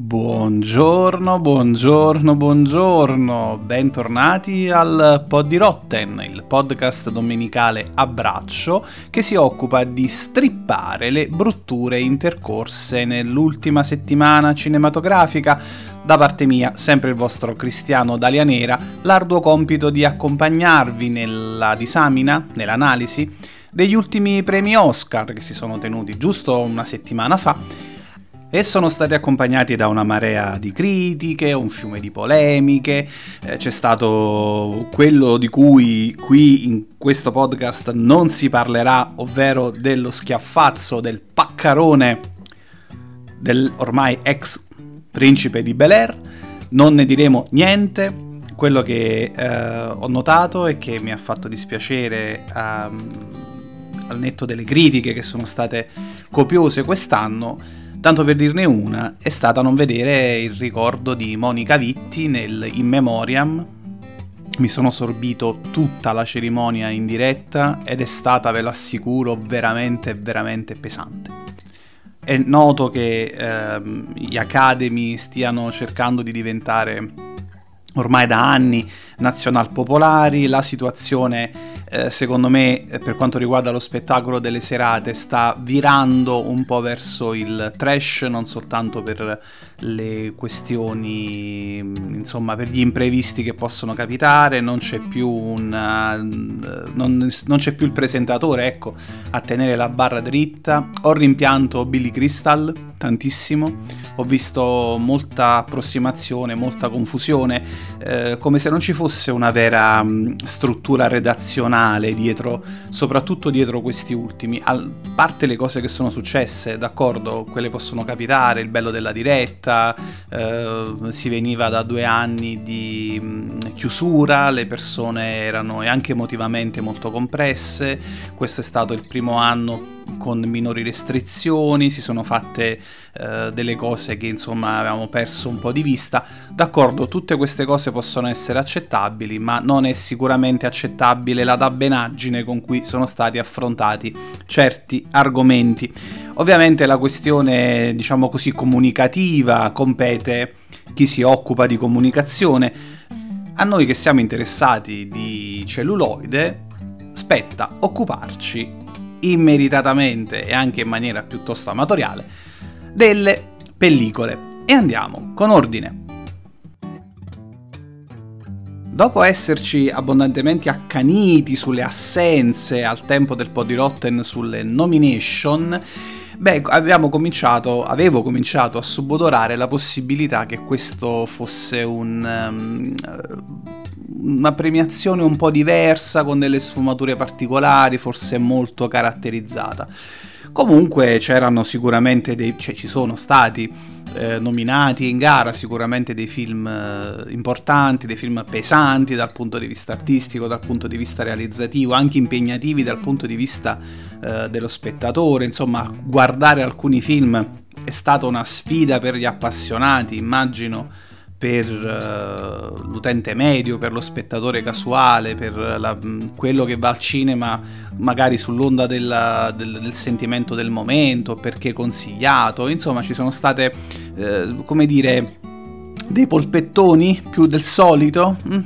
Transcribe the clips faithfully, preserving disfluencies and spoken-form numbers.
Buongiorno, buongiorno, buongiorno, bentornati al Pod di Rotten, il podcast domenicale a braccio che si occupa di strippare le brutture intercorse nell'ultima settimana cinematografica. Da parte mia, sempre il vostro Cristiano Dalianera, l'arduo compito di accompagnarvi nella disamina, nell'analisi degli ultimi premi Oscar che si sono tenuti giusto una settimana fa e sono stati accompagnati da una marea di critiche, un fiume di polemiche. Eh, c'è stato quello di cui qui in questo podcast non si parlerà, ovvero dello schiaffazzo, del paccarone del ormai ex principe di Bel-Air. Non ne diremo niente. Quello che eh, ho notato e che mi ha fatto dispiacere um, al netto delle critiche che sono state copiose quest'anno, tanto per dirne una, è stata non vedere il ricordo di Monica Vitti nel In Memoriam. Mi sono sorbito tutta la cerimonia in diretta ed è stata, ve lo assicuro, veramente, veramente pesante. È noto che ehm, gli Academy stiano cercando di diventare ormai da anni nazionalpopolari. La situazione eh, secondo me per quanto riguarda lo spettacolo delle serate sta virando un po' verso il trash, non soltanto per le questioni, insomma, per gli imprevisti che possono capitare. Non c'è più un non, non c'è più il presentatore, ecco, a tenere la barra dritta. Ho rimpianto Billy Crystal tantissimo, ho visto molta approssimazione, molta confusione, eh, come se non ci fosse una vera mh, struttura redazionale dietro, soprattutto dietro questi ultimi. A parte le cose che sono successe, d'accordo, quelle possono capitare, il bello della diretta, eh, si veniva da due anni di mh, chiusura, le persone erano e anche emotivamente molto compresse. Questo è stato il primo anno con minori restrizioni, si sono fatte eh, delle cose che insomma avevamo perso un po' di vista. D'accordo, tutte queste cose possono essere accettabili, ma non è sicuramente accettabile la dabbenaggine con cui sono stati affrontati certi argomenti. Ovviamente la questione, diciamo così, comunicativa compete chi si occupa di comunicazione. A noi che siamo interessati di celluloide spetta occuparci immeritatamente e anche in maniera piuttosto amatoriale delle pellicole. E andiamo con ordine. Dopo esserci abbondantemente accaniti sulle assenze al tempo del Pod di Rotten, sulle nomination, beh, abbiamo cominciato, avevo cominciato a subodorare la possibilità che questo fosse un um, una premiazione un po' diversa, con delle sfumature particolari, forse molto caratterizzata. Comunque c'erano sicuramente dei, cioè ci sono stati eh, nominati in gara sicuramente dei film eh, importanti, dei film pesanti dal punto di vista artistico, dal punto di vista realizzativo, anche impegnativi dal punto di vista eh, dello spettatore. Insomma, guardare alcuni film è stata una sfida per gli appassionati, immagino per uh, l'utente medio, per lo spettatore casuale, per la, quello che va al cinema magari sull'onda della, del, del sentimento del momento, perché consigliato. Insomma, ci sono state, eh, come dire, dei polpettoni più del solito. Mm.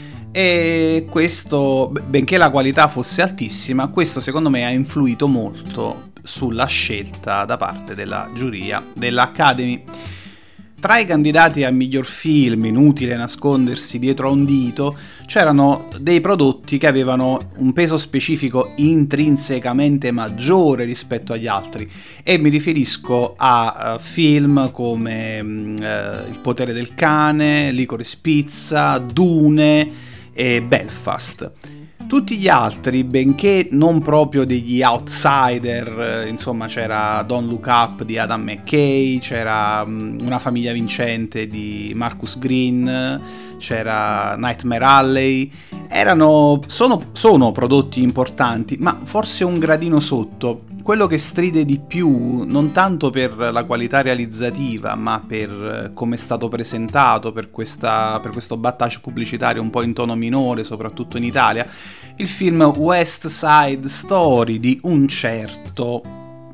E questo, benché la qualità fosse altissima, questo secondo me ha influito molto sulla scelta da parte della giuria dell'Academy. Tra i candidati a miglior film, inutile nascondersi dietro a un dito, c'erano dei prodotti che avevano un peso specifico intrinsecamente maggiore rispetto agli altri, e mi riferisco a uh, film come uh, Il potere del cane, Licorice Pizza, Dune e Belfast. Tutti gli altri, benché non proprio degli outsider, insomma c'era Don't Look Up di Adam McKay, c'era Una famiglia vincente di Marcus Green, c'era Nightmare Alley, erano, sono, sono prodotti importanti, ma forse un gradino sotto. Quello che stride di più, non tanto per la qualità realizzativa, ma per come è stato presentato, per, questa, per questo battage pubblicitario un po' in tono minore, soprattutto in Italia, il film West Side Story di un certo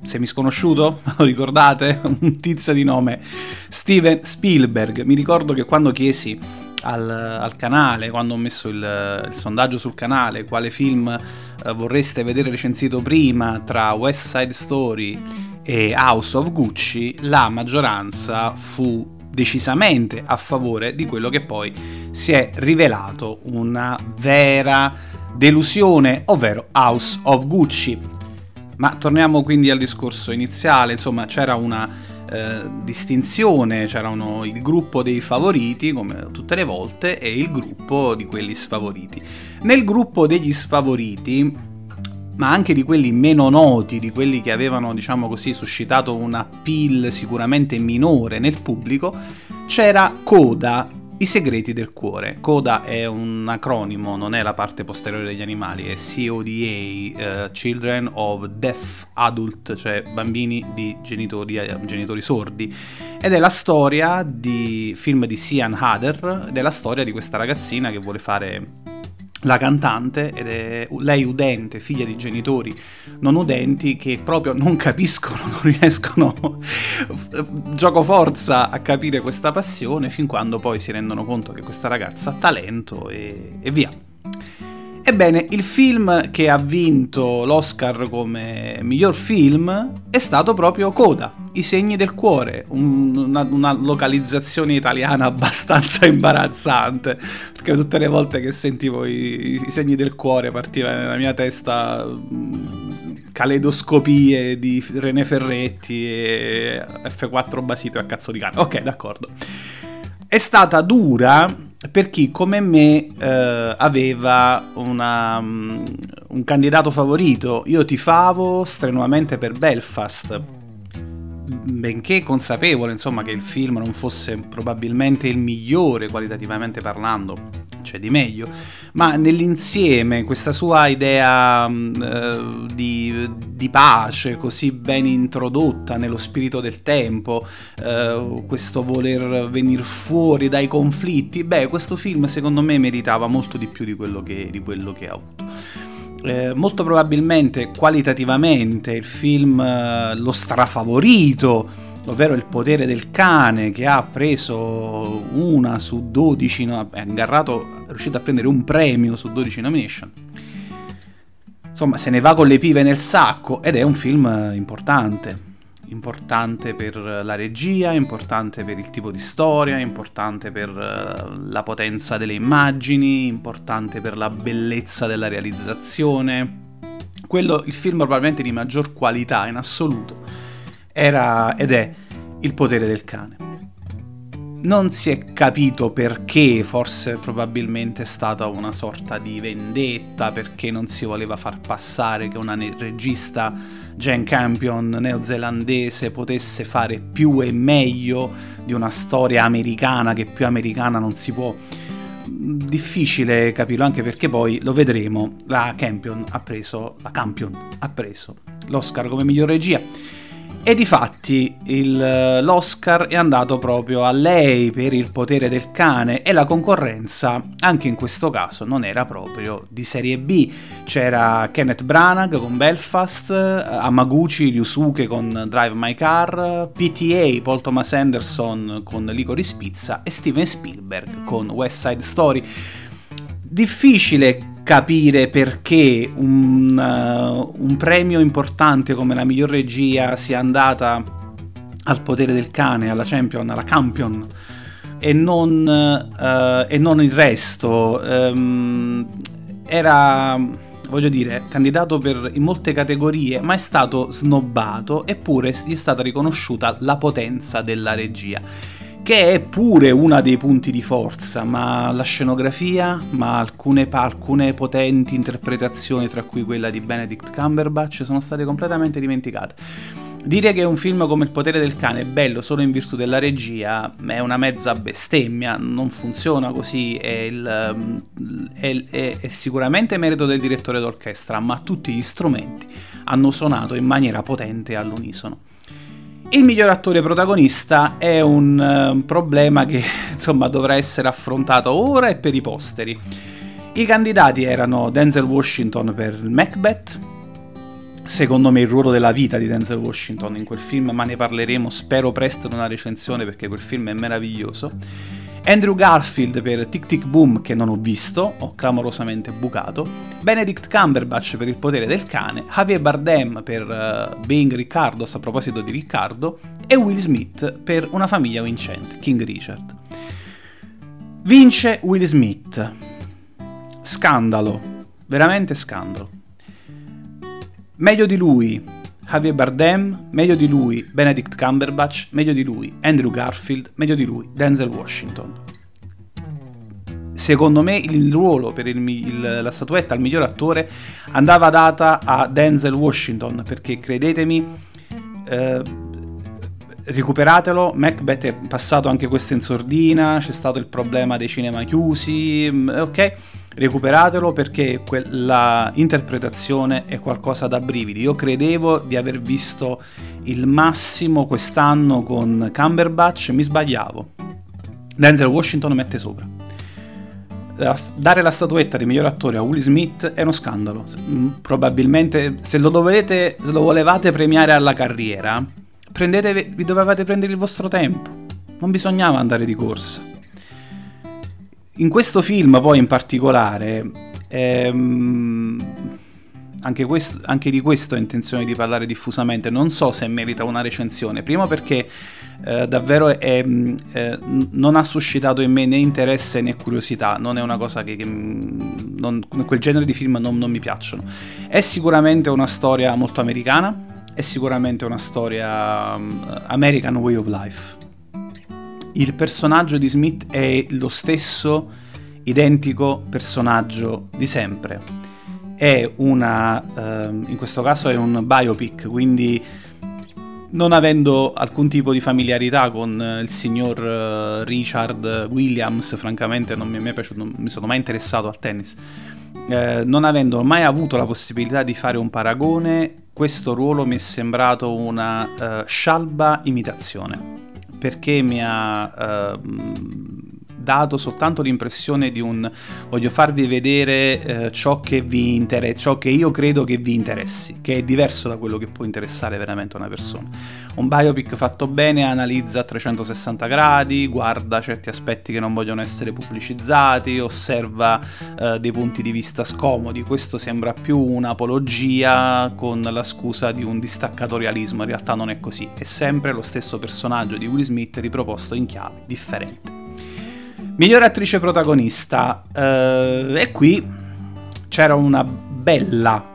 semisconosciuto, lo ricordate? Un tizio di nome Steven Spielberg. Mi ricordo che quando chiesi al, al canale, quando ho messo il, il sondaggio sul canale, quale film eh, vorreste vedere recensito prima tra West Side Story e House of Gucci, la maggioranza fu decisamente a favore di quello che poi si è rivelato una vera delusione, ovvero House of Gucci. Ma torniamo quindi al discorso iniziale. Insomma, c'era una eh, distinzione, c'erano il gruppo dei favoriti, come tutte le volte, e il gruppo di quelli sfavoriti. Nel gruppo degli sfavoriti, ma anche di quelli meno noti, di quelli che avevano, diciamo così, suscitato un appeal sicuramente minore nel pubblico, c'era Coda, I segreti del cuore. Coda è un acronimo, non è la parte posteriore degli animali, è C O D A, uh, Children of Deaf Adult, cioè bambini di genitori, genitori sordi, ed è la storia di film di Sian Heder, ed è la storia di questa ragazzina che vuole fare la cantante, ed è lei udente, figlia di genitori non udenti che proprio non capiscono, non riescono gioco forza a capire questa passione, fin quando poi si rendono conto che questa ragazza ha talento e, e via. Ebbene, il film che ha vinto l'Oscar come miglior film è stato proprio Coda, I segni del cuore, un, una, una localizzazione italiana abbastanza imbarazzante, perché tutte le volte che sentivo i, i segni del cuore partiva nella mia testa mh, caleidoscopie di René Ferretti e F quattro Basito a cazzo di cane. Ok, d'accordo. È stata dura per chi come me eh, aveva una, um, un candidato favorito. Io tifavo strenuamente per Belfast, benché consapevole, insomma, che il film non fosse probabilmente il migliore qualitativamente parlando, c'è di meglio, ma nell'insieme questa sua idea uh, di, di pace così ben introdotta nello spirito del tempo, uh, questo voler venire fuori dai conflitti, beh, questo film secondo me meritava molto di più di quello che, di quello che ha avuto. Eh, molto probabilmente qualitativamente il film eh, lo strafavorito, ovvero Il potere del cane, che ha preso una su dodici, no, è ingarrato, è riuscito a prendere un premio su dodici nomination, insomma se ne va con le pive nel sacco, ed è un film importante importante per la regia, importante per il tipo di storia, importante per la potenza delle immagini, importante per la bellezza della realizzazione. Quello, il film probabilmente di maggior qualità in assoluto era ed è Il potere del cane. Non si è capito perché, forse probabilmente è stata una sorta di vendetta, perché non si voleva far passare che una regista, Jane Campion, neozelandese, potesse fare più e meglio di una storia americana che più americana non si può. Difficile capirlo, anche perché poi lo vedremo, la Campion ha preso la Campion ha preso l'Oscar come miglior regia. E difatti il, l'Oscar è andato proprio a lei per Il potere del cane, e la concorrenza anche in questo caso non era proprio di serie B. C'era Kenneth Branagh con Belfast, Hamaguchi Ryusuke con Drive My Car, P T A Paul Thomas Anderson con Licorice Pizza e Steven Spielberg con West Side Story. Difficile capire perché un, uh, un premio importante come la miglior regia sia andata al potere del cane, alla Champion, alla Campion, e non, uh, e non il resto. Um, era, voglio dire, candidato per, in molte categorie, ma è stato snobbato, eppure gli è stata riconosciuta la potenza della regia, che è pure uno dei punti di forza, ma la scenografia, ma alcune, alcune potenti interpretazioni, tra cui quella di Benedict Cumberbatch, sono state completamente dimenticate. Dire che un film come Il potere del cane è bello solo in virtù della regia è una mezza bestemmia, non funziona così, è, il, è, è, è sicuramente merito del direttore d'orchestra, ma tutti gli strumenti hanno suonato in maniera potente all'unisono. Il miglior attore protagonista è un uh, problema che, insomma, dovrà essere affrontato ora e per i posteri. I candidati erano Denzel Washington per Macbeth, secondo me il ruolo della vita di Denzel Washington in quel film, ma ne parleremo spero presto in una recensione perché quel film è meraviglioso. Andrew Garfield per Tic Tic Boom, che non ho visto, ho clamorosamente bucato. Benedict Cumberbatch per Il potere del cane. Javier Bardem per uh, Being Ricardo, a proposito di Riccardo. E Will Smith per Una famiglia vincente, King Richard. Vince Will Smith. Scandalo, veramente scandalo. Meglio di lui Javier Bardem, meglio di lui Benedict Cumberbatch, meglio di lui Andrew Garfield, meglio di lui Denzel Washington. Secondo me il ruolo per il, il, la statuetta al miglior attore andava data a Denzel Washington, perché credetemi, eh, recuperatelo, Macbeth è passato anche questo in sordina, c'è stato il problema dei cinema chiusi, ok? Recuperatelo perché quella interpretazione è qualcosa da brividi. Io credevo di aver visto il massimo quest'anno con Cumberbatch, mi sbagliavo. Denzel Washington mette sopra. Dare la statuetta di miglior attore a Will Smith è uno scandalo. Probabilmente se lo dovete, se lo volevate premiare alla carriera, prendetevi, vi dovevate prendere il vostro tempo, non bisognava andare di corsa. In questo film poi in particolare ehm, anche, questo, anche di questo ho intenzione di parlare diffusamente, non so se merita una recensione, primo perché eh, davvero è, eh, non ha suscitato in me né interesse né curiosità, non è una cosa che, che non, quel genere di film non, non mi piacciono. È sicuramente una storia molto americana, è sicuramente una storia um, American Way of Life. Il personaggio di Smith è lo stesso identico personaggio di sempre. È una, ehm, in questo caso è un biopic, quindi non avendo alcun tipo di familiarità con il signor uh, Richard Williams, francamente non mi è mai piaciuto, non mi sono mai interessato al tennis. Eh, non avendo mai avuto la possibilità di fare un paragone, questo ruolo mi è sembrato una uh, scialba imitazione, perché mi ha uh, dato soltanto l'impressione di un voglio farvi vedere uh, ciò che vi interessa, ciò che io credo che vi interessi, che è diverso da quello che può interessare veramente una persona. Un biopic fatto bene analizza a trecentosessanta gradi, guarda certi aspetti che non vogliono essere pubblicizzati, osserva uh, dei punti di vista scomodi. Questo sembra più un'apologia con la scusa di un distaccatorialismo, in realtà non è così, è sempre lo stesso personaggio di Will Smith riproposto in chiave differente. Migliore attrice protagonista, uh, e qui c'era una bella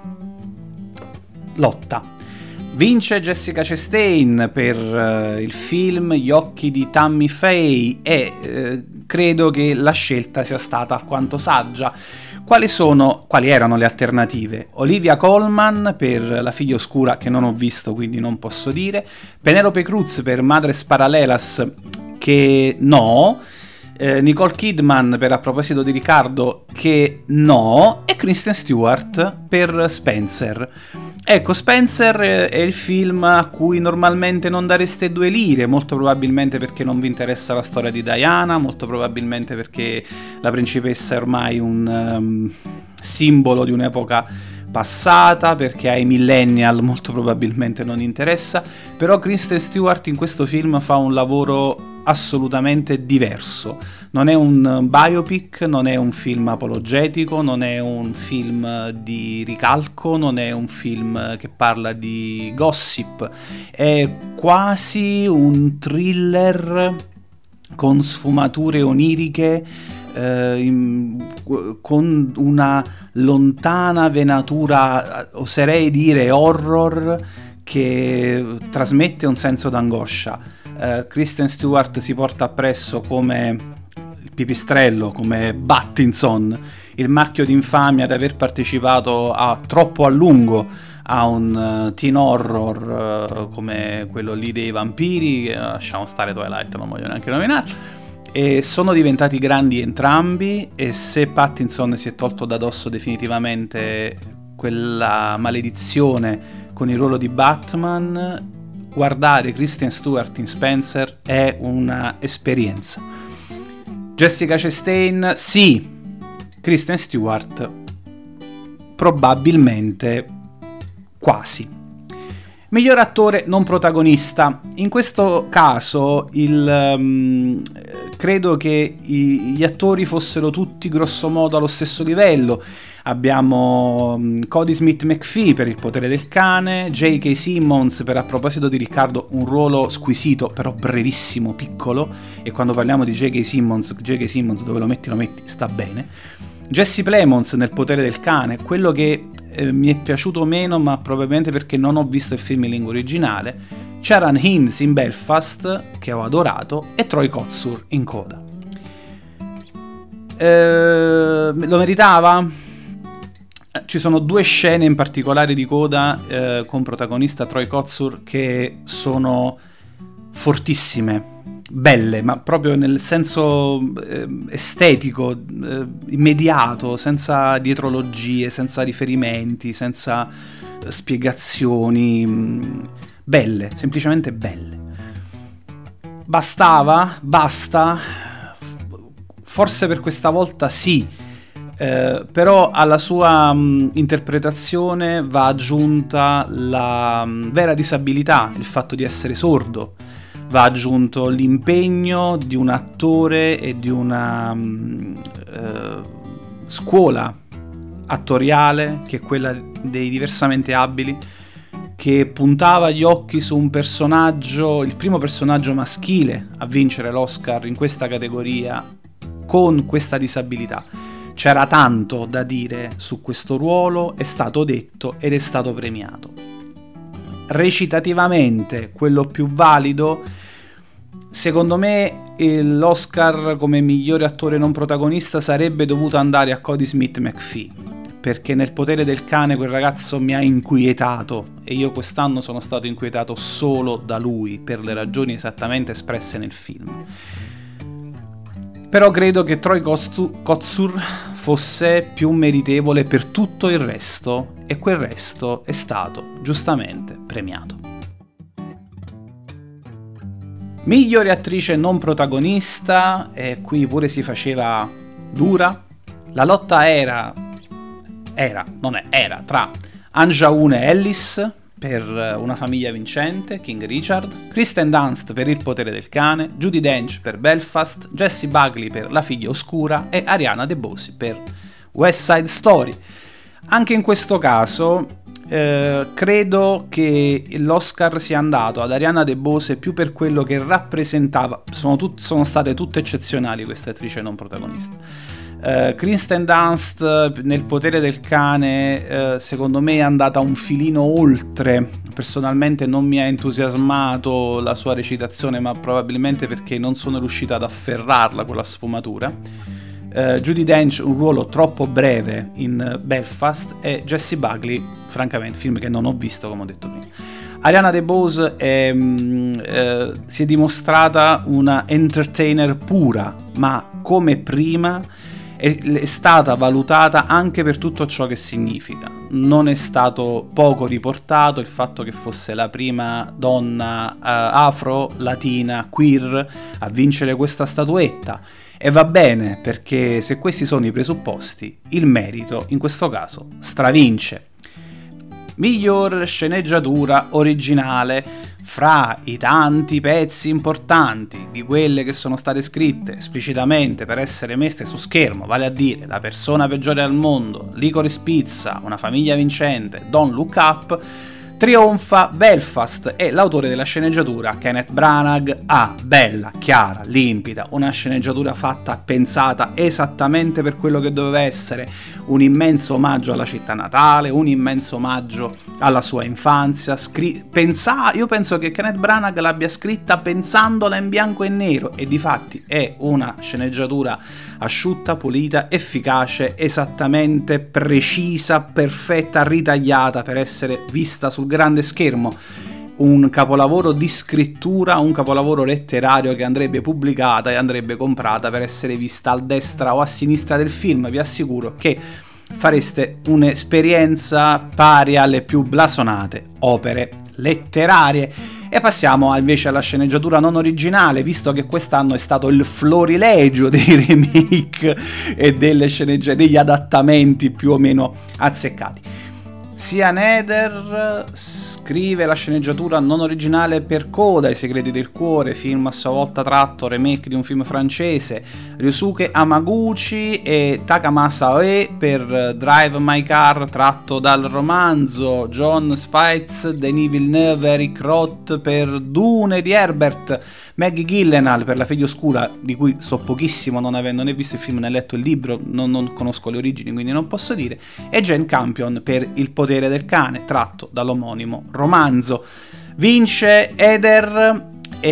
lotta. Vince Jessica Chastain per uh, il film Gli occhi di Tammy Faye e uh, credo che la scelta sia stata alquanto saggia. Quali sono, quali erano le alternative? Olivia Colman per La figlia oscura, che non ho visto quindi non posso dire, Penelope Cruz per Madres Paralelas, che no, eh, Nicole Kidman per A proposito di Riccardo, che no, e Kristen Stewart per Spencer. Ecco, Spencer è il film a cui normalmente non dareste due lire, molto probabilmente perché non vi interessa la storia di Diana, molto probabilmente perché la principessa è ormai un um, simbolo di un'epoca passata, perché ai millennial molto probabilmente non interessa, però Kristen Stewart in questo film fa un lavoro assolutamente diverso. Non è un biopic, non è un film apologetico, non è un film di ricalco, non è un film che parla di gossip, è quasi un thriller con sfumature oniriche, eh, in, con una lontana venatura, oserei dire horror, che trasmette un senso d'angoscia. Uh, Kristen Stewart si porta appresso come il pipistrello, come Battinson, il marchio d'infamia di aver partecipato a troppo a lungo a un uh, teen horror uh, come quello lì dei vampiri, che, uh, lasciamo stare Twilight, non voglio neanche nominarlo. E sono diventati grandi entrambi, e se Pattinson si è tolto da dosso definitivamente quella maledizione con il ruolo di Batman, guardare Kristen Stewart in Spencer è una esperienza. Jessica Chastain sì, Kristen Stewart probabilmente quasi. Miglior attore non protagonista. In questo caso il, um, credo che i, gli attori fossero tutti grosso modo allo stesso livello. Abbiamo um, Cody Smith-McPhee per Il potere del cane, J K. Simmons per A proposito di Riccardo, un ruolo squisito però brevissimo, piccolo, e quando parliamo di J K. Simmons, J K. Simmons dove lo metti lo metti, sta bene. Jesse Plemons nel potere del cane, quello che eh, mi è piaciuto meno, ma probabilmente perché non ho visto il film in lingua originale, Sharon Hinds in Belfast, che ho adorato, e Troy Kotsur in Coda. Eh, lo meritava? Ci sono due scene in particolare di Coda eh, con protagonista Troy Kotsur che sono fortissime, belle, ma proprio nel senso eh, estetico, eh, immediato, senza dietrologie, senza riferimenti, senza eh, spiegazioni, mh, belle, semplicemente belle. Bastava? Basta? Forse per questa volta sì, eh, però alla sua mh, interpretazione va aggiunta la mh, vera disabilità, il fatto di essere sordo. Va aggiunto l'impegno di un attore e di una um, uh, scuola attoriale, che è quella dei diversamente abili, che puntava gli occhi su un personaggio, il primo personaggio maschile a vincere l'Oscar in questa categoria con questa disabilità. C'era tanto da dire su questo ruolo, è stato detto ed è stato premiato. Recitativamente quello più valido, secondo me l'Oscar come migliore attore non protagonista sarebbe dovuto andare a Cody Smith-McPhee, perché nel potere del cane quel ragazzo mi ha inquietato e io quest'anno sono stato inquietato solo da lui per le ragioni esattamente espresse nel film. Però credo che Troy Kotsur fosse più meritevole per tutto il resto, e quel resto è stato giustamente premiato. Migliore attrice non protagonista, e qui pure si faceva dura. La lotta era, era, non è, era tra Anjaoune Ellis per Una famiglia vincente, King Richard, Kristen Dunst per Il potere del cane, Judi Dench per Belfast, Jessie Buckley per La figlia oscura e Ariana DeBose per West Side Story. Anche in questo caso eh, credo che l'Oscar sia andato ad Ariana DeBose più per quello che rappresentava. Sono, tut- sono state tutte eccezionali queste attrici non protagoniste. Uh, Kristen Dunst nel potere del cane uh, secondo me è andata un filino oltre. Personalmente non mi ha entusiasmato la sua recitazione, ma probabilmente perché non sono riuscita ad afferrarla quella sfumatura. uh, Judi Dench un ruolo troppo breve in Belfast, e Jessie Buckley francamente film che non ho visto, come ho detto prima. Ariana DeBose è, mh, eh, si è dimostrata una entertainer pura, ma come prima è stata valutata anche per tutto ciò che significa. Non è stato poco riportato il fatto che fosse la prima donna uh, afro, latina, queer a vincere questa statuetta, e va bene, perché se questi sono i presupposti, il merito in questo caso stravince. Miglior sceneggiatura originale. Fra i tanti pezzi importanti di quelle che sono state scritte esplicitamente per essere messe su schermo, vale a dire La persona peggiore al mondo, Licorice Pizza, Una famiglia vincente, Don't Look Up, trionfa Belfast, e l'autore della sceneggiatura, Kenneth Branagh, ha bella, chiara, limpida, una sceneggiatura fatta, pensata esattamente per quello che doveva essere, un immenso omaggio alla città natale, un immenso omaggio alla sua infanzia. Scri- pensa- io penso che Kenneth Branagh l'abbia scritta pensandola in bianco e nero, e difatti è una sceneggiatura asciutta, pulita, efficace, esattamente precisa, perfetta, ritagliata per essere vista sul grande schermo. Un capolavoro di scrittura, un capolavoro letterario che andrebbe pubblicata e andrebbe comprata per essere vista a destra o a sinistra del film. Vi assicuro che fareste un'esperienza pari alle più blasonate opere letterarie. E passiamo invece alla sceneggiatura non originale, visto che quest'anno è stato il florilegio dei remake e delle sceneggiature, degli adattamenti più o meno azzeccati. Sian Heder scrive la sceneggiatura non originale per Coda, I segreti del cuore, film a sua volta tratto, remake di un film francese. Ryosuke Hamaguchi e Takamasa Oe per Drive My Car, tratto dal romanzo. John Sfites, Denis Villeneuve, Eric Roth per Dune di Herbert. Maggie Gyllenhaal per La figlia oscura, di cui so pochissimo, non avendo né visto il film né letto il libro, non, non conosco le origini, quindi non posso dire. E Jane Campion per Il potere del cane, tratto dall'omonimo romanzo. Vince Heder,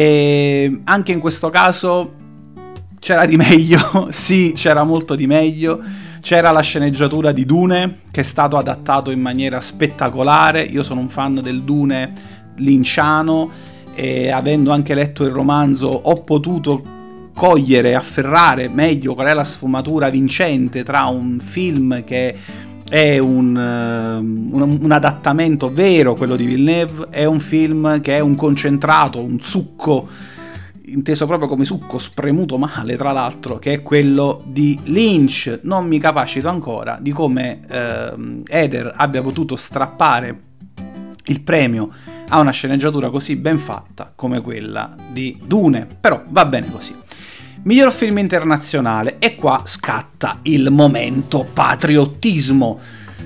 e anche in questo caso c'era di meglio, sì, c'era molto di meglio. C'era la sceneggiatura di Dune, che è stato adattato in maniera spettacolare. Io sono un fan del Dune linciano, e avendo anche letto il romanzo ho potuto cogliere, afferrare meglio qual è la sfumatura vincente tra un film che è un, un, un adattamento vero, quello di Villeneuve, e un film che è un concentrato, un succo, inteso proprio come succo spremuto male, tra l'altro, che è quello di Lynch. Non mi capacito ancora di come eh, Heder abbia potuto strappare il premio a una sceneggiatura così ben fatta come quella di Dune, però va bene così. Miglior film internazionale, e qua scatta il momento patriottismo.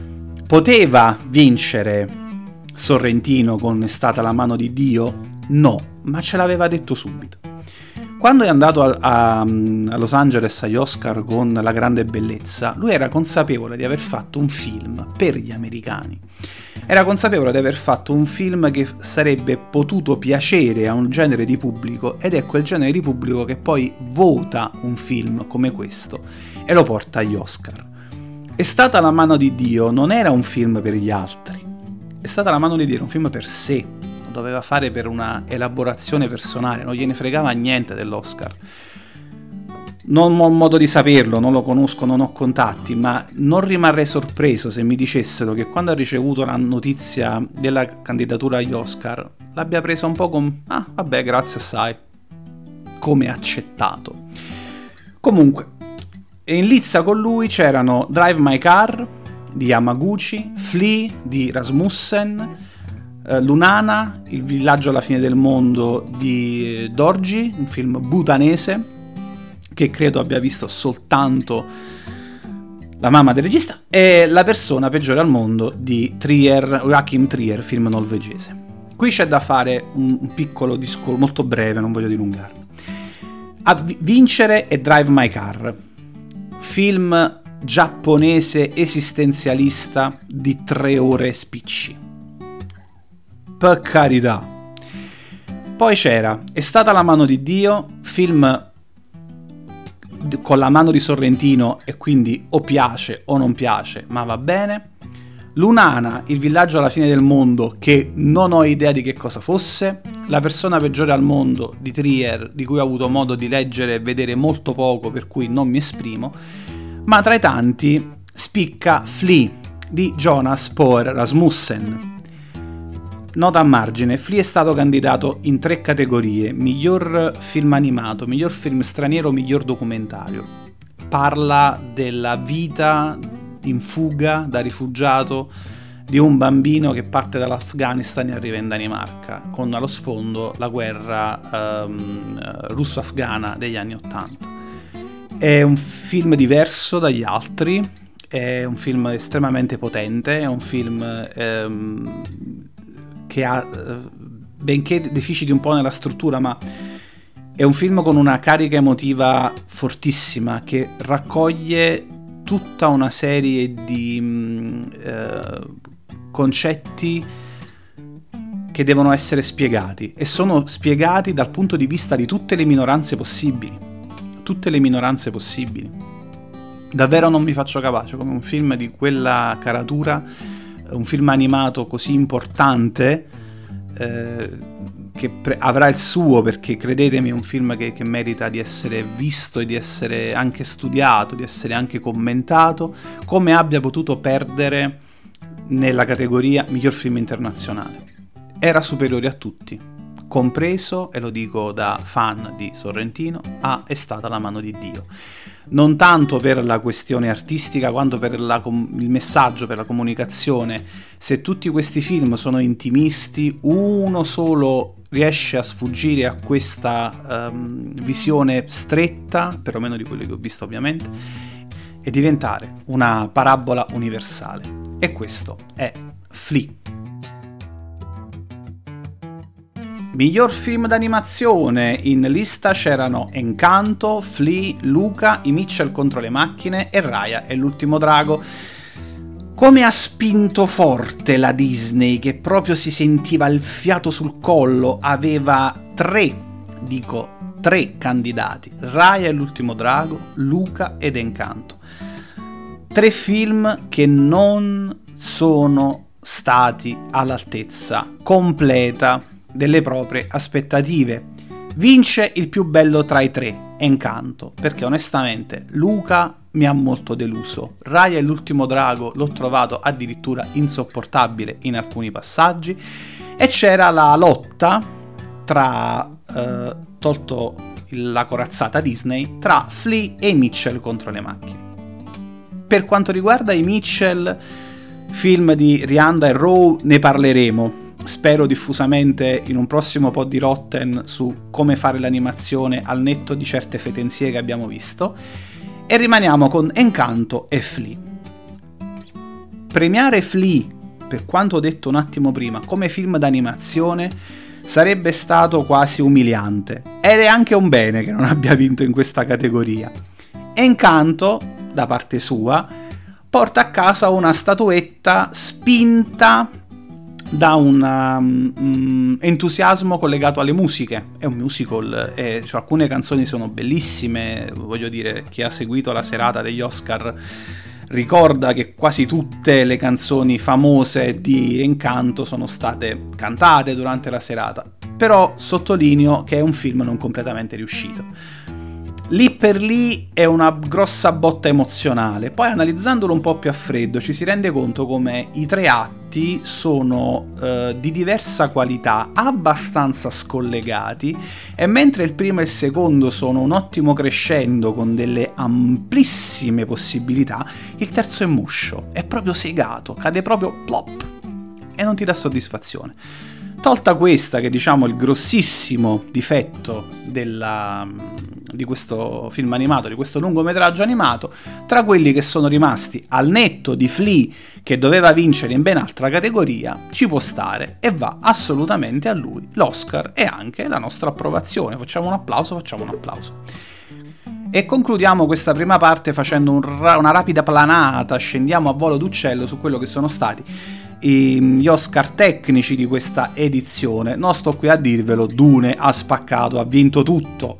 Poteva vincere Sorrentino con È stata la mano di Dio? No, ma ce l'aveva detto subito. Quando è andato a, a, a Los Angeles agli Oscar con La grande bellezza, lui era consapevole di aver fatto un film per gli americani. Era consapevole di aver fatto un film che sarebbe potuto piacere a un genere di pubblico, ed è quel genere di pubblico che poi vota un film come questo e lo porta agli Oscar. È stata la mano di Dio non era un film per gli altri, è stata la mano di Dio, era un film per sé, lo doveva fare per una elaborazione personale, non gliene fregava niente dell'Oscar. Non ho modo di saperlo, non lo conosco, non ho contatti, ma non rimarrei sorpreso se mi dicessero che quando ha ricevuto la notizia della candidatura agli Oscar l'abbia presa un po' con ah vabbè, grazie assai, come accettato. Comunque, in lizza con lui c'erano Drive My Car di Yamaguchi, Flea di Rasmussen, eh, Lunana, Il villaggio alla fine del mondo di Dorji, un film bhutanese che credo abbia visto soltanto la mamma del regista, e La persona peggiore al mondo di Trier, Joachim Trier, film norvegese. Qui c'è da fare un, un piccolo discorso molto breve, non voglio dilungarmi. A vincere è Drive My Car, film giapponese esistenzialista di tre ore spicci. Per carità. Poi c'era È stata la mano di Dio, film con la mano di Sorrentino, e quindi o piace o non piace, ma va bene. Lunana, Il villaggio alla fine del mondo, che non ho idea di che cosa fosse. La persona peggiore al mondo di Trier, di cui ho avuto modo di leggere e vedere molto poco, per cui non mi esprimo. Ma tra i tanti spicca Flea di Jonas Poer Rasmussen. Nota a margine, Flea è stato candidato in tre categorie: miglior film animato, miglior film straniero, miglior documentario. Parla della vita in fuga da rifugiato di un bambino che parte dall'Afghanistan e arriva in Danimarca, con allo sfondo la guerra um, russo-afghana degli anni Ottanta. È un film diverso dagli altri, è un film estremamente potente, è un film um, che ha, benché deficiti un po' nella struttura, ma è un film con una carica emotiva fortissima, che raccoglie tutta una serie di mh, eh, concetti che devono essere spiegati, e sono spiegati dal punto di vista di tutte le minoranze possibili, tutte le minoranze possibili. Davvero non mi faccio capace come un film di quella caratura, un film animato così importante, eh, che pre- avrà il suo, perché credetemi è un film che, che merita di essere visto e di essere anche studiato, di essere anche commentato, come abbia potuto perdere nella categoria miglior film internazionale. Era superiore a tutti, compreso, e lo dico da fan di Sorrentino, ah, è stata la mano di Dio. Non tanto per la questione artistica quanto per la com- il messaggio, per la comunicazione. Se tutti questi film sono intimisti, uno solo riesce a sfuggire a questa um, visione stretta, perlomeno di quelli che ho visto ovviamente, e diventare una parabola universale. E questo è Flea. Miglior film d'animazione: in lista c'erano Encanto, Flea, Luca, I Mitchell contro le macchine e Raya e l'ultimo drago. Come ha spinto forte la Disney, che proprio si sentiva il fiato sul collo, aveva tre, dico tre candidati: Raya e l'ultimo drago, Luca ed Encanto. Tre film che non sono stati all'altezza completa delle proprie aspettative. Vince il più bello tra i tre, Encanto, perché onestamente Luca mi ha molto deluso. Raya e l'ultimo drago l'ho trovato addirittura insopportabile in alcuni passaggi, e c'era la lotta tra, eh, tolto la corazzata Disney, tra Flea e i Mitchell contro le macchine. Per quanto riguarda i Mitchell, film di Rianda e Rowe, ne parleremo, spero diffusamente, in un prossimo pod di Rotten su come fare l'animazione al netto di certe fetenzie che abbiamo visto, e rimaniamo con Encanto e Flea. Premiare Flea, per quanto ho detto un attimo prima, come film d'animazione sarebbe stato quasi umiliante, ed è anche un bene che non abbia vinto in questa categoria. Encanto, da parte sua, porta a casa una statuetta spinta da un um, entusiasmo collegato alle musiche. È un musical, e cioè, alcune canzoni sono bellissime, voglio dire, chi ha seguito la serata degli Oscar ricorda che quasi tutte le canzoni famose di Encanto sono state cantate durante la serata, però sottolineo che è un film non completamente riuscito. Lì per lì è una grossa botta emozionale, poi analizzandolo un po' più a freddo ci si rende conto come i tre atti sono eh, di diversa qualità, abbastanza scollegati, e mentre il primo e il secondo sono un ottimo crescendo con delle amplissime possibilità, il terzo è muscio, è proprio segato, cade proprio plop e non ti dà soddisfazione. Tolta questa, che diciamo è il grossissimo difetto della, di questo film animato, di questo lungometraggio animato, tra quelli che sono rimasti al netto di Flea, che doveva vincere in ben altra categoria, ci può stare e va assolutamente a lui l'Oscar e anche la nostra approvazione. Facciamo un applauso, facciamo un applauso. E concludiamo questa prima parte facendo un ra- una rapida planata, scendiamo a volo d'uccello su quello che sono stati gli Oscar tecnici di questa edizione. Non sto qui a dirvelo, Dune ha spaccato, ha vinto tutto.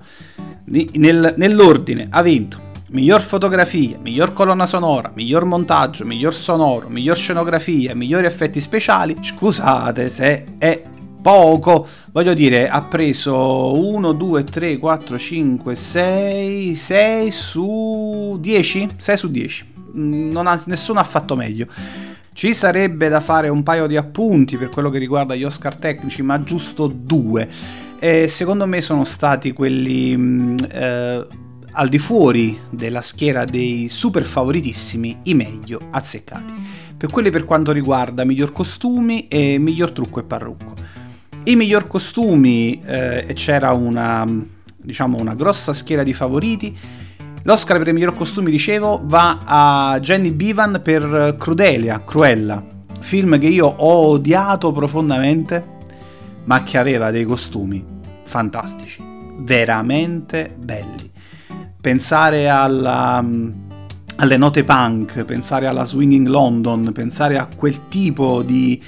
Nel, nell'ordine ha vinto miglior fotografia, miglior colonna sonora, miglior montaggio, miglior sonoro, miglior scenografia, migliori effetti speciali. Scusate se è poco, voglio dire, ha preso uno, due, tre, quattro, cinque, sei, sei su dieci? sei su dieci. Non ha, nessuno ha fatto meglio. Ci sarebbe da fare un paio di appunti per quello che riguarda gli Oscar tecnici, ma giusto due. E secondo me sono stati quelli eh, al di fuori della schiera dei super favoritissimi, i meglio azzeccati. Per quelli per quanto riguarda miglior costumi e miglior trucco e parrucco. I miglior costumi, eh, c'era una, diciamo, una grossa schiera di favoriti. L'Oscar per il miglior costumi, dicevo, va a Jenny Bevan per Crudelia, Cruella, film che io ho odiato profondamente, ma che aveva dei costumi fantastici, veramente belli. Pensare alla, alle note punk, pensare alla Swinging London, pensare a quel tipo di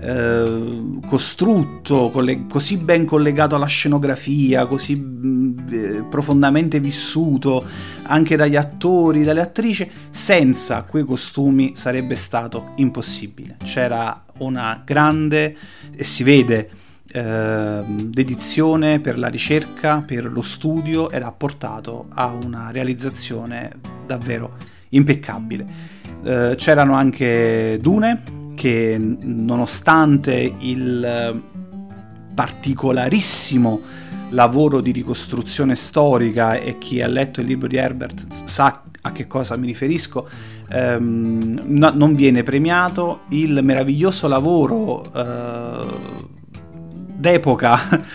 eh, costrutto coll- così ben collegato alla scenografia, così eh, profondamente vissuto anche dagli attori, dalle attrici, senza quei costumi sarebbe stato impossibile. C'era una grande, e si vede, eh, dedizione per la ricerca, per lo studio, ed ha portato a una realizzazione davvero impeccabile. Eh, c'erano anche Dune, che nonostante il particolarissimo lavoro di ricostruzione storica, e chi ha letto il libro di Herbert sa a che cosa mi riferisco. Um, no, non viene premiato il meraviglioso lavoro uh, d'epoca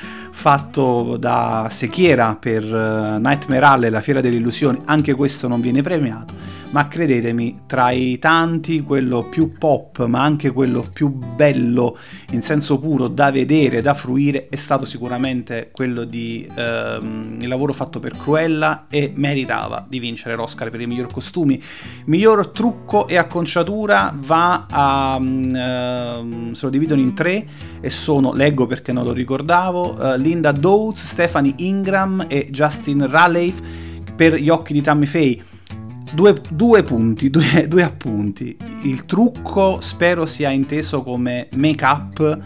fatto da Sechiera per uh, Nightmare Alley, la Fiera delle Illusioni. Anche questo non viene premiato, ma credetemi, tra i tanti, quello più pop ma anche quello più bello in senso puro da vedere, da fruire, è stato sicuramente quello di ehm, il lavoro fatto per Cruella, e meritava di vincere l'Oscar per i miglior costumi. Miglior trucco e acconciatura va a ehm, se lo dividono in tre, e sono, leggo perché non lo ricordavo, uh, Linda Dowes, Stephanie Ingram e Justin Raleigh per Gli occhi di Tammy Faye. Due, due punti, due, due appunti. Il trucco spero sia inteso come make-up,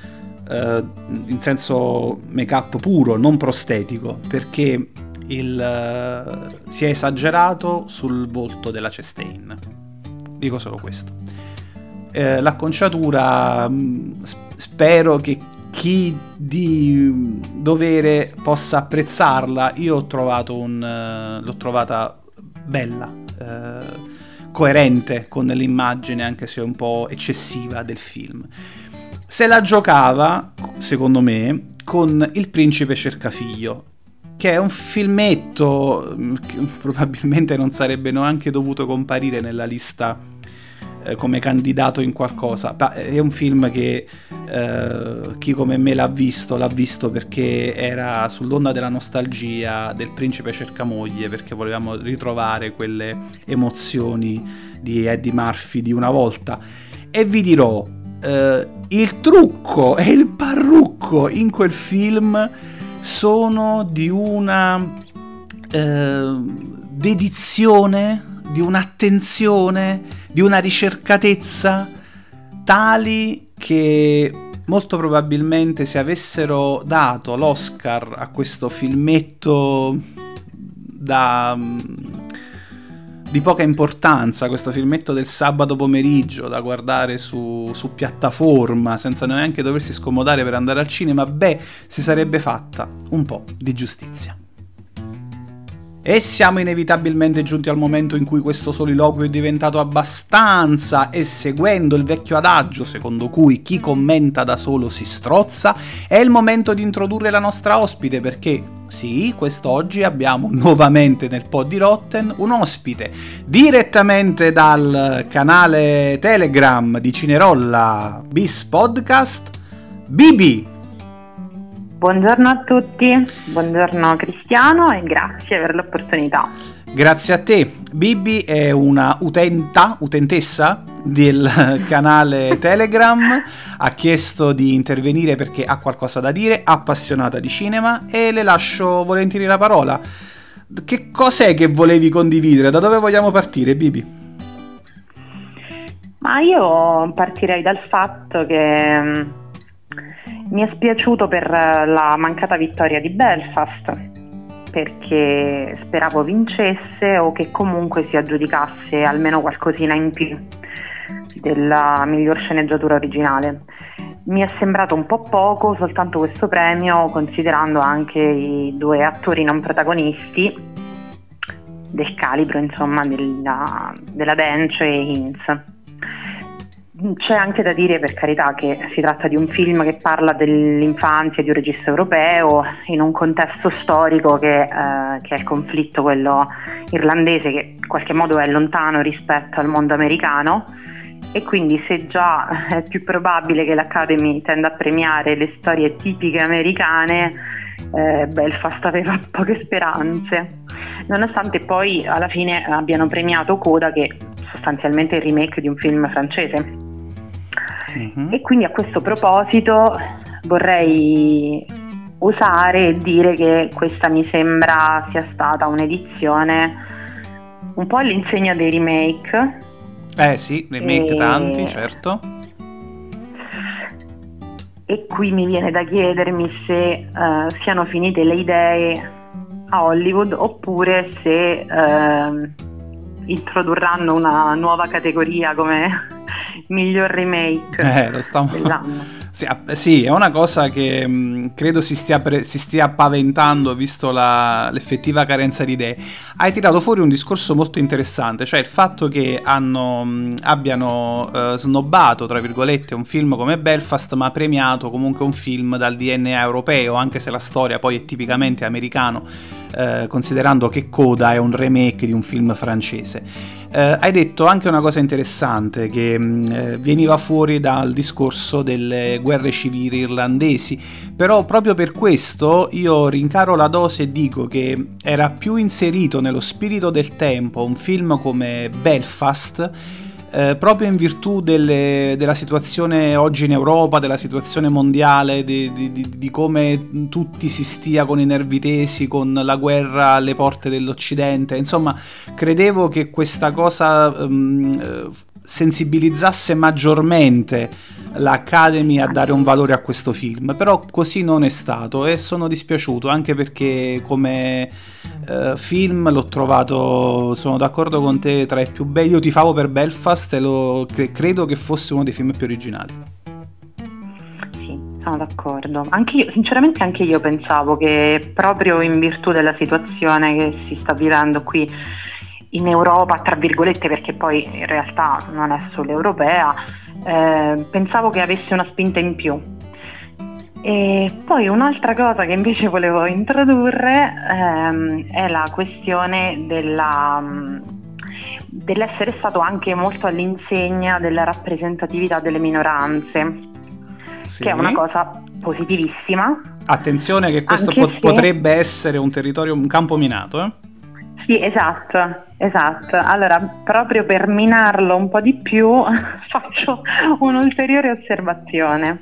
eh, in senso make-up puro, non prostetico, perché il, eh, si è esagerato sul volto della Chastain. Dico solo questo. Eh, l'acconciatura, mh, spero che chi di dovere possa apprezzarla. Io ho trovato un, uh, l'ho trovata bella, eh, coerente con l'immagine, anche se un po' eccessiva, del film. Se la giocava, secondo me, con Il principe cercafiglio, che è un filmetto che probabilmente non sarebbe neanche dovuto comparire nella lista eh, come candidato in qualcosa. È un film che eh, chi come me l'ha visto l'ha visto perché era sull'onda della nostalgia del principe cercamoglie, perché volevamo ritrovare quelle emozioni di Eddie Murphy di una volta. E vi dirò, eh, il trucco e il parrucco in quel film sono di una eh, dedizione, di un'attenzione, di una ricercatezza tali che molto probabilmente, se avessero dato l'Oscar a questo filmetto da, di poca importanza, questo filmetto del sabato pomeriggio da guardare su, su piattaforma senza neanche doversi scomodare per andare al cinema, beh, si sarebbe fatta un po' di giustizia. E siamo inevitabilmente giunti al momento in cui questo soliloquio è diventato abbastanza, e seguendo il vecchio adagio secondo cui chi commenta da solo si strozza, è il momento di introdurre la nostra ospite, perché sì, quest'oggi abbiamo nuovamente nel pod di Rotten un ospite direttamente dal canale Telegram di Cinerolla Bis Podcast, Bibi. Buongiorno a tutti, buongiorno Cristiano e grazie per l'opportunità. Grazie a te. Bibi è una utenta, utentessa del canale Telegram, ha chiesto di intervenire perché ha qualcosa da dire, appassionata di cinema, e le lascio volentieri la parola. Che cos'è che volevi condividere? Da dove vogliamo partire, Bibi? Ma io partirei dal fatto che mi è spiaciuto per la mancata vittoria di Belfast, perché speravo vincesse o che comunque si aggiudicasse almeno qualcosina in più della miglior sceneggiatura originale. Mi è sembrato un po' poco soltanto questo premio, considerando anche i due attori non protagonisti del calibro, insomma, della, della Dench e Hinz. C'è anche da dire, per carità, che si tratta di un film che parla dell'infanzia di un regista europeo in un contesto storico che, eh, che è il conflitto quello irlandese, che in qualche modo è lontano rispetto al mondo americano, e quindi se già è più probabile che l'Academy tenda a premiare le storie tipiche americane, eh, Belfast aveva poche speranze, nonostante poi alla fine abbiano premiato Coda, che sostanzialmente è il remake di un film francese. Mm-hmm. E quindi a questo proposito vorrei osare e dire che questa mi sembra sia stata un'edizione un po' all'insegna dei remake. Eh sì, remake e... tanti, certo. E qui mi viene da chiedermi se uh, siano finite le idee a Hollywood, oppure se uh, introdurranno una nuova categoria come miglior remake eh, lo, stiamo, dell'anno. Sì, sì, è una cosa che mh, credo si stia, pre- si stia paventando, visto la, l'effettiva carenza di idee. Hai tirato fuori un discorso molto interessante, cioè il fatto che hanno, mh, abbiano uh, snobbato, tra virgolette, un film come Belfast, ma premiato comunque un film dal D N A europeo, anche se la storia poi è tipicamente americano, uh, considerando che Coda è un remake di un film francese. Uh, hai detto anche una cosa interessante che mh, veniva fuori dal discorso delle guerre civili irlandesi, però proprio per questo io rincaro la dose e dico che era più inserito nello spirito del tempo un film come Belfast, eh, proprio in virtù delle, della situazione oggi in Europa, della situazione mondiale, di, di, di, di come tutti si stia con i nervi tesi, con la guerra alle porte dell'Occidente. Insomma, credevo che questa cosa um, sensibilizzasse maggiormente l'Academy a dare un valore a questo film, però così non è stato e sono dispiaciuto, anche perché come uh, film l'ho trovato, sono d'accordo con te, tra i più belli. Io tifavo per Belfast e lo, cre- credo che fosse uno dei film più originali. Sì, sono d'accordo. Anche io, sinceramente anche io pensavo che proprio in virtù della situazione che si sta vivendo qui in Europa, tra virgolette, perché poi in realtà non è solo europea, eh, pensavo che avesse una spinta in più. E poi un'altra cosa che invece volevo introdurre ehm, è la questione della, dell'essere stato anche molto all'insegna della rappresentatività delle minoranze, sì, che è una cosa positivissima. Attenzione che questo po- se... potrebbe essere un territorio, un campo minato, eh? Sì, esatto, esatto. Allora, proprio per minarlo un po' di più, faccio un'ulteriore osservazione.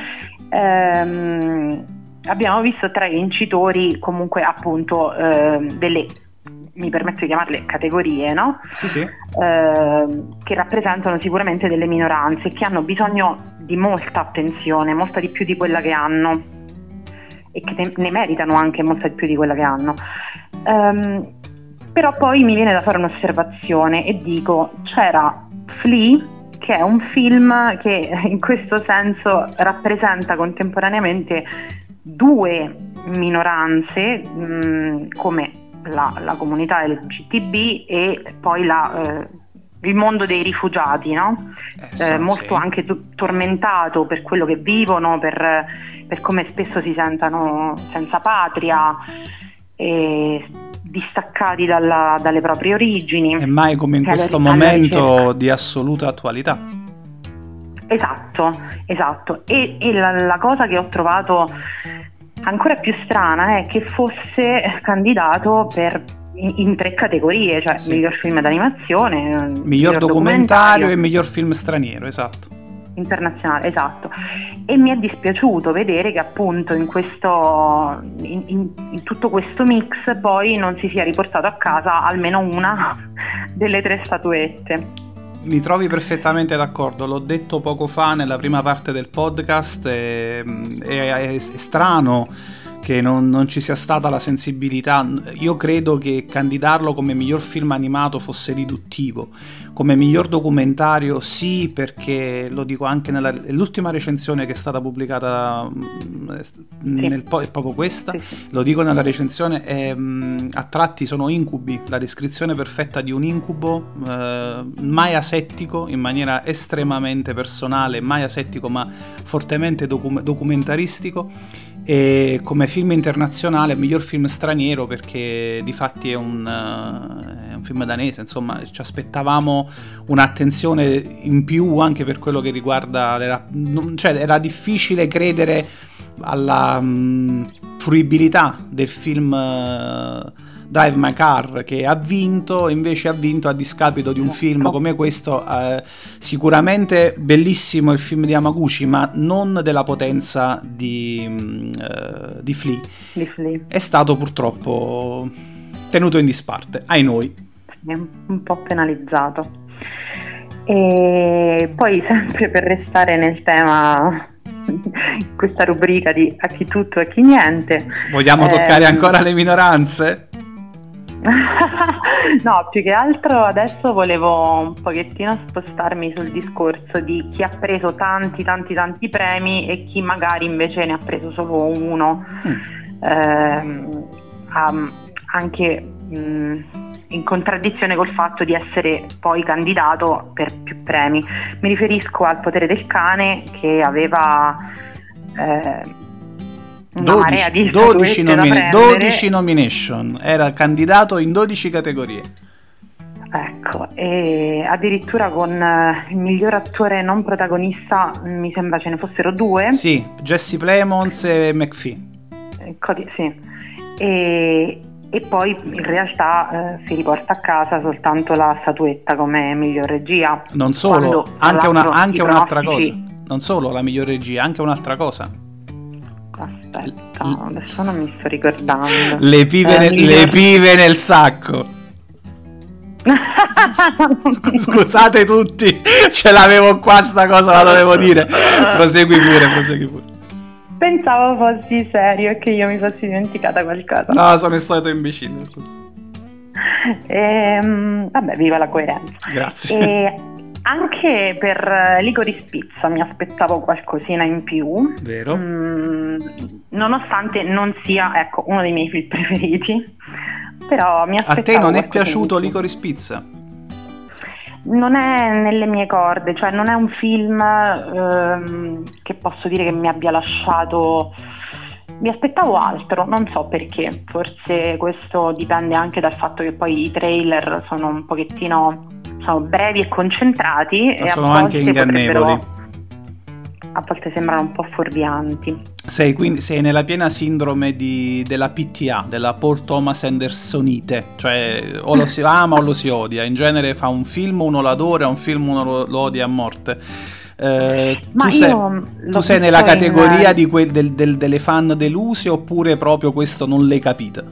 Ehm, abbiamo visto tre vincitori, comunque appunto eh, delle, mi permetto di chiamarle categorie, no? Sì, sì. Eh, che rappresentano sicuramente delle minoranze, che hanno bisogno di molta attenzione, molta di più di quella che hanno, e che ne, ne meritano anche molta di più di quella che hanno. Ehm, Però poi mi viene da fare un'osservazione e dico, c'era Flea, che è un film che in questo senso rappresenta contemporaneamente due minoranze, mh, come la, la comunità L G B T e poi la, eh, il mondo dei rifugiati, no? Eh, so, eh, molto sì. Anche to- tormentato per quello che vivono, per, per come spesso si sentano senza patria e distaccati dalla, dalle proprie origini. E mai come in questo alla, momento alla di assoluta attualità. Esatto, esatto. E, e la, la cosa che ho trovato ancora più strana è che fosse candidato per in, in tre categorie, cioè sì. Miglior film d'animazione, miglior, miglior documentario, documentario e miglior film straniero, esatto. Internazionale, esatto. E mi è dispiaciuto vedere che appunto in questo in, in, in tutto questo mix poi non si sia riportato a casa almeno una delle tre statuette. Mi trovi perfettamente d'accordo, l'ho detto poco fa nella prima parte del podcast, è, è, è strano che non, non ci sia stata la sensibilità. Io credo che candidarlo come miglior film animato fosse riduttivo, come miglior documentario sì, perché lo dico anche nell'ultima recensione che è stata pubblicata nel, sì. È proprio questa, sì, sì. Lo dico nella recensione, è, a tratti sono incubi, la descrizione perfetta di un incubo, eh, mai asettico, in maniera estremamente personale, mai asettico ma fortemente docu- documentaristico. E come film internazionale miglior film straniero, perché difatti è un, uh, è un film danese, insomma ci aspettavamo un'attenzione in più anche per quello che riguarda le, non, cioè era difficile credere alla um, fruibilità del film uh, Drive My Car, che ha vinto, invece ha vinto a discapito di un film come questo, eh, sicuramente bellissimo il film di Yamaguchi, ma non della potenza di, eh, di Flea. Di Flea. È stato purtroppo tenuto in disparte, ai noi. È un po' penalizzato. E poi sempre per restare nel tema, questa rubrica di a chi tutto e a chi niente. Vogliamo eh, toccare ancora le minoranze? No, più che altro adesso volevo un pochettino spostarmi sul discorso di chi ha preso tanti tanti tanti premi e chi magari invece ne ha preso solo uno, mm. ehm, um, anche mh, in contraddizione col fatto di essere poi candidato per più premi. Mi riferisco al Potere del cane, che aveva eh, una marea di dodici, nomina- dodici nomination, era candidato in dodici categorie. Ecco, e addirittura con eh, il miglior attore non protagonista mi sembra ce ne fossero due. Sì, Jesse Plemons e McPhee. Eh, codi- sì. E, e poi in realtà eh, si riporta a casa soltanto la statuetta come miglior regia. Non solo, anche, una, anche un'altra cosa. Non solo la miglior regia, anche un'altra cosa. Aspetta, adesso non mi sto ricordando. Le pive, eh, nel, miglior... le pive nel sacco. Scusate tutti, ce l'avevo qua sta cosa, la dovevo dire. Prosegui pure, prosegui pure. Pensavo fossi serio e che io mi fossi dimenticata qualcosa. No, sono il solito imbecille. Ehm, vabbè, viva la coerenza. Grazie. E anche per Licorice Pizza mi aspettavo qualcosina in più. Vero. Mm, nonostante non sia, ecco, uno dei miei film preferiti. Però mi aspettavo. A te non è piaciuto Licorice Pizza? Non è nelle mie corde, cioè non è un film ehm, che posso dire che mi abbia lasciato. Mi aspettavo altro, non so perché, forse questo dipende anche dal fatto che poi i trailer sono un pochettino sono brevi e concentrati. Ma e sono a anche ingannevoli. A volte sembrano un po' fuorvianti. Sei, quindi, sei nella piena sindrome di, della P T A, della Paul Thomas Andersonite, cioè o lo si ama o lo si odia. In genere fa un film, uno lo adora, un film uno lo, lo odia a morte. Eh, Ma tu sei, tu sei nella categoria in... di que, del, del, delle fan deluse, oppure proprio questo non l'hai capito?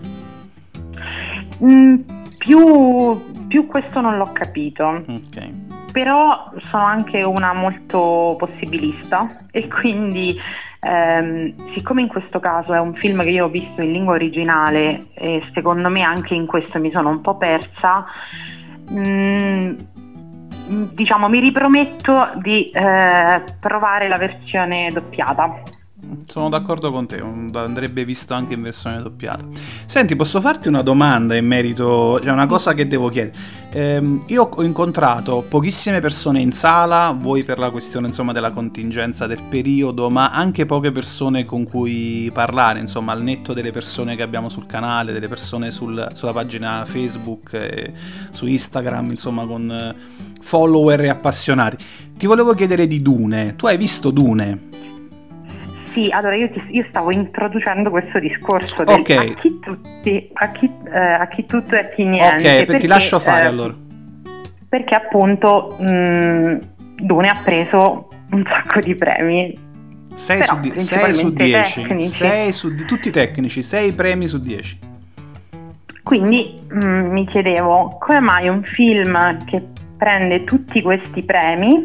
Mm, più, più questo non l'ho capito. Ok. Però sono anche una molto possibilista e quindi ehm, siccome in questo caso è un film che io ho visto in lingua originale e secondo me anche in questo mi sono un po' persa, mh, diciamo mi riprometto di eh, provare la versione doppiata. Sono d'accordo con te, andrebbe visto anche in versione doppiata. Senti, posso farti una domanda in merito, cioè una cosa che devo chiedere. Eh, io ho incontrato pochissime persone in sala, voi per la questione insomma della contingenza del periodo, ma anche poche persone con cui parlare, insomma al netto delle persone che abbiamo sul canale, delle persone sul, sulla pagina Facebook, e su Instagram, insomma con follower e appassionati. Ti volevo chiedere di Dune, tu hai visto Dune? Sì, allora io, ti, io stavo introducendo questo discorso del okay. a chi tutti, a chi, eh, a chi tutto e a chi niente. Ok, perché, ti lascio fare eh, allora. Perché appunto mh, Dune ha preso un sacco di premi. sei su di- su dieci, sei su di- tutti tecnici, sei premi su dieci. Quindi mh, mi chiedevo come mai un film che prende tutti questi premi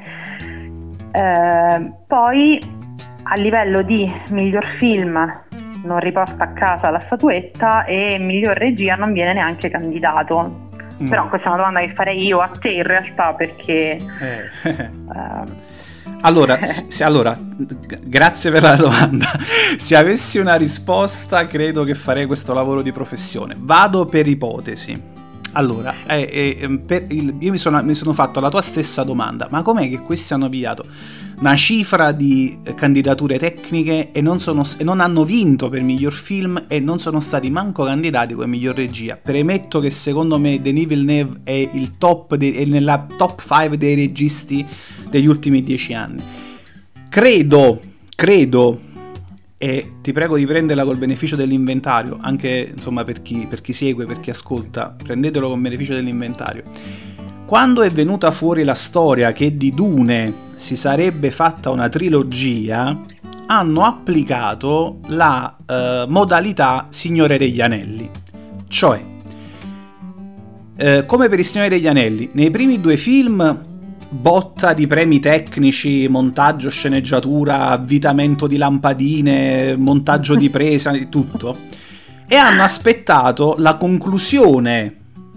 eh, poi a livello di miglior film non riporta a casa la statuetta e miglior regia non viene neanche candidato. Mm. Però questa è una domanda che farei io a te in realtà, perché eh. uh, allora, se, allora grazie per la domanda. Se avessi una risposta credo che farei questo lavoro di professione. Vado per ipotesi. Allora, eh, eh, per il, io mi sono, mi sono fatto la tua stessa domanda, ma com'è che questi hanno pigliato una cifra di candidature tecniche e non, sono, e non hanno vinto per miglior film e non sono stati manco candidati come miglior regia? Premetto che secondo me Denis Villeneuve è il top de, è nella top cinque dei registi degli ultimi dieci anni. Credo, credo, e ti prego di prenderla col beneficio dell'inventario, anche insomma per chi, per chi segue, per chi ascolta, prendetelo con beneficio dell'inventario. Quando è venuta fuori la storia che di Dune si sarebbe fatta una trilogia, hanno applicato la eh, modalità Signore degli Anelli. Cioè, eh, come per il Signore degli Anelli, nei primi due film botta di premi tecnici, montaggio, sceneggiatura, avvitamento di lampadine, montaggio di presa, tutto, e hanno aspettato la conclusione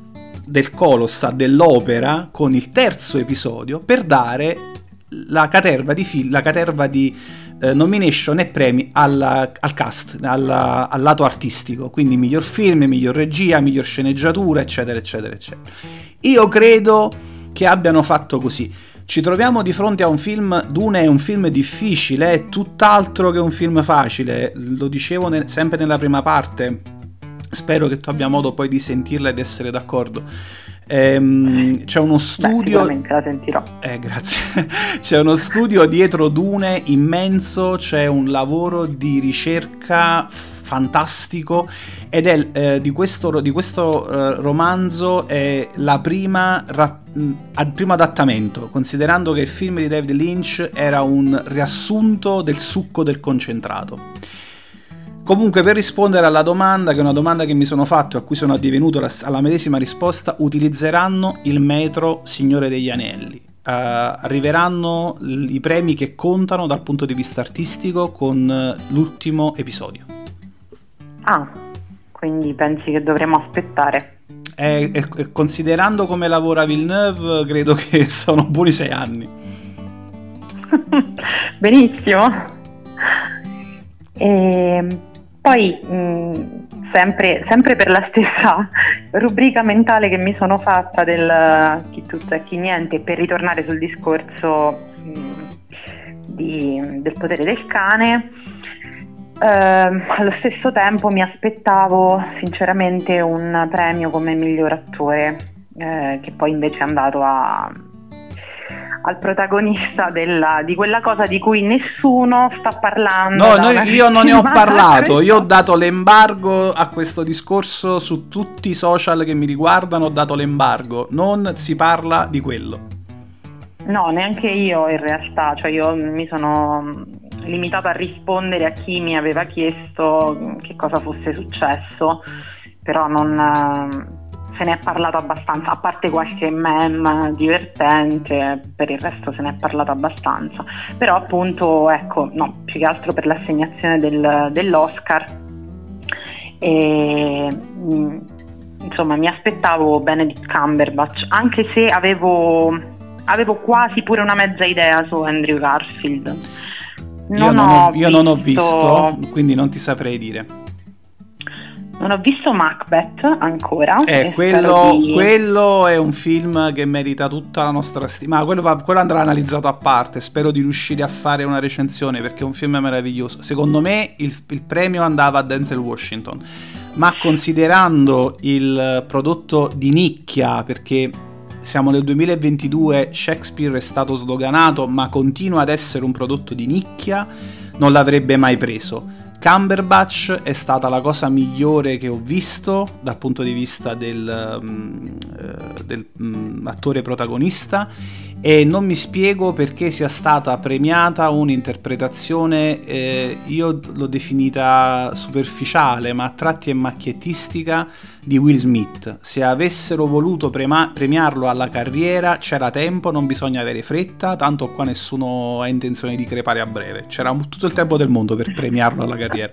del Colossa dell'Opera con il terzo episodio per dare la caterva di film, la caterva di eh, nomination e premi alla, al cast, alla, al lato artistico, quindi miglior film, miglior regia, miglior sceneggiatura, eccetera eccetera eccetera. Io credo che abbiano fatto così. Ci troviamo di fronte a un film, Dune è un film difficile, è tutt'altro che un film facile, lo dicevo ne- sempre nella prima parte, spero che tu abbia modo poi di sentirla ed essere d'accordo. Ehm, c'è uno studio. Beh, sicuramente la sentirò. Eh, grazie. C'è uno studio dietro Dune immenso, c'è un lavoro di ricerca fantastico ed è eh, di questo, di questo eh, romanzo è la prima ra- al primo adattamento, considerando che il film di David Lynch era un riassunto del succo del concentrato. Comunque, per rispondere alla domanda, che è una domanda che mi sono fatto e a cui sono addivenuto la, alla medesima risposta, utilizzeranno il metro Signore degli Anelli. Uh, arriveranno l- i premi che contano dal punto di vista artistico con uh, l'ultimo episodio. Ah, quindi pensi che dovremo aspettare? E, e, e considerando come lavora Villeneuve, credo che sono buoni sei anni. Benissimo. E poi mh, sempre, sempre per la stessa rubrica mentale che mi sono fatta del chi tutto e chi niente, per ritornare sul discorso mh, di, del potere del cane, eh, allo stesso tempo mi aspettavo sinceramente un premio come miglior attore, eh, che poi invece è andato a al protagonista della, di quella cosa di cui nessuno sta parlando. No, noi, io non ne ho parlato, io ho dato l'embargo a questo discorso su tutti i social che mi riguardano, ho dato l'embargo, non si parla di quello. No, neanche io in realtà, cioè io mi sono limitata a rispondere a chi mi aveva chiesto che cosa fosse successo, però non... se ne è parlato abbastanza, a parte qualche meme divertente, per il resto se ne è parlato abbastanza. Però appunto, ecco, no, più che altro per l'assegnazione del, dell'Oscar. E, mh, insomma, mi aspettavo Benedict Cumberbatch, anche se avevo, avevo quasi pure una mezza idea su Andrew Garfield. Non io, non ho, ho, io visto... non ho visto, quindi non ti saprei dire. Non ho visto Macbeth ancora. Eh, quello, di... quello è un film che merita tutta la nostra stima. Quello, va, quello andrà analizzato a parte. Spero di riuscire a fare una recensione perché è un film meraviglioso. Secondo me il, il premio andava a Denzel Washington, ma considerando il prodotto di nicchia, perché siamo nel duemilaventidue, Shakespeare è stato sdoganato, ma continua ad essere un prodotto di nicchia, non l'avrebbe mai preso. Cumberbatch è stata la cosa migliore che ho visto dal punto di vista del, um, uh, del um, attore protagonista, e non mi spiego perché sia stata premiata un'interpretazione, eh, io l'ho definita superficiale, ma a tratti è macchiettistica, di Will Smith. Se avessero voluto prema- premiarlo alla carriera c'era tempo, non bisogna avere fretta, tanto qua nessuno ha intenzione di crepare a breve, c'era tutto il tempo del mondo per premiarlo alla carriera.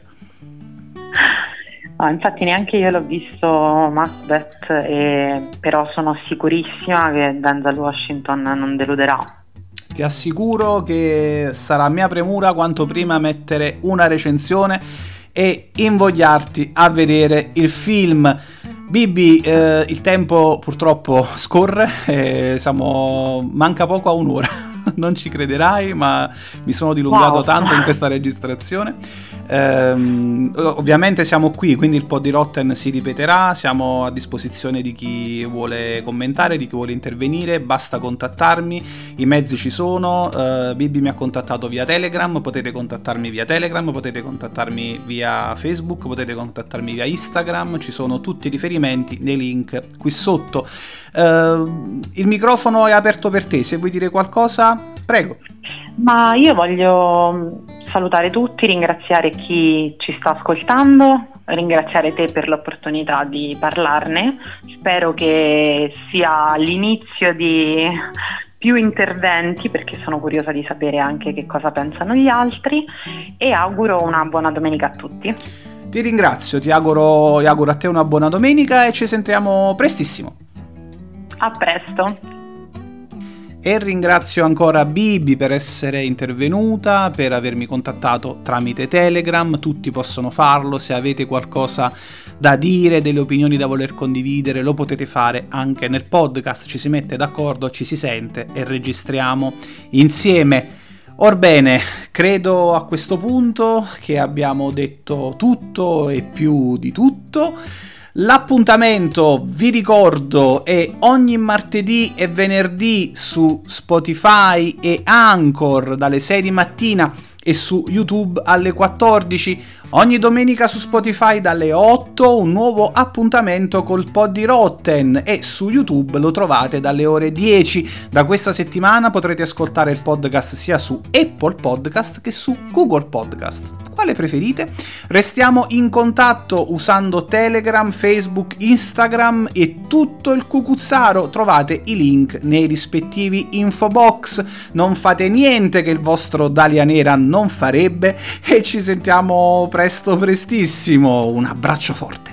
No, infatti neanche io l'ho visto Macbeth, e però sono sicurissima che Denzel Washington non deluderà. Ti assicuro che sarà mia premura quanto prima mettere una recensione e invogliarti a vedere il film. Bibi, eh, il tempo purtroppo scorre, eh, siamo... manca poco a un'ora, non ci crederai, ma mi sono dilungato wow. tanto in questa registrazione. Um, ovviamente siamo qui, quindi il pod di Rotten si ripeterà, siamo a disposizione di chi vuole commentare, di chi vuole intervenire, basta contattarmi, i mezzi ci sono. uh, Bibi mi ha contattato via Telegram, potete contattarmi via Telegram, potete contattarmi via Facebook, potete contattarmi via Instagram, ci sono tutti i riferimenti nei link qui sotto. Uh, il microfono è aperto per te, se vuoi dire qualcosa, prego. Ma io voglio salutare tutti, ringraziare chi ci sta ascoltando, ringraziare te per l'opportunità di parlarne. Spero che sia l'inizio di più interventi, perché sono curiosa di sapere anche che cosa pensano gli altri, e auguro una buona domenica a tutti. Ti ringrazio, ti auguro, ti auguro a te una buona domenica e ci sentiamo prestissimo. A presto. E ringrazio ancora Bibi per essere intervenuta, per avermi contattato tramite Telegram. Tutti possono farlo, se avete qualcosa da dire, delle opinioni da voler condividere, lo potete fare anche nel podcast, ci si mette d'accordo, ci si sente e registriamo insieme. Orbene, credo a questo punto che abbiamo detto tutto e più di tutto. L'appuntamento, vi ricordo, è ogni martedì e venerdì su Spotify e Anchor dalle sei di mattina e su YouTube alle quattordici. Ogni domenica su Spotify dalle otto un nuovo appuntamento col Pod di Rotten e su YouTube lo trovate dalle ore dieci. Da questa settimana potrete ascoltare il podcast sia su Apple Podcast che su Google Podcast. Quale preferite? Restiamo in contatto usando Telegram, Facebook, Instagram e tutto il cucuzzaro. Trovate i link nei rispettivi info box. Non fate niente che il vostro Dalia Nera non farebbe e ci sentiamo presto prestissimo. Un abbraccio forte.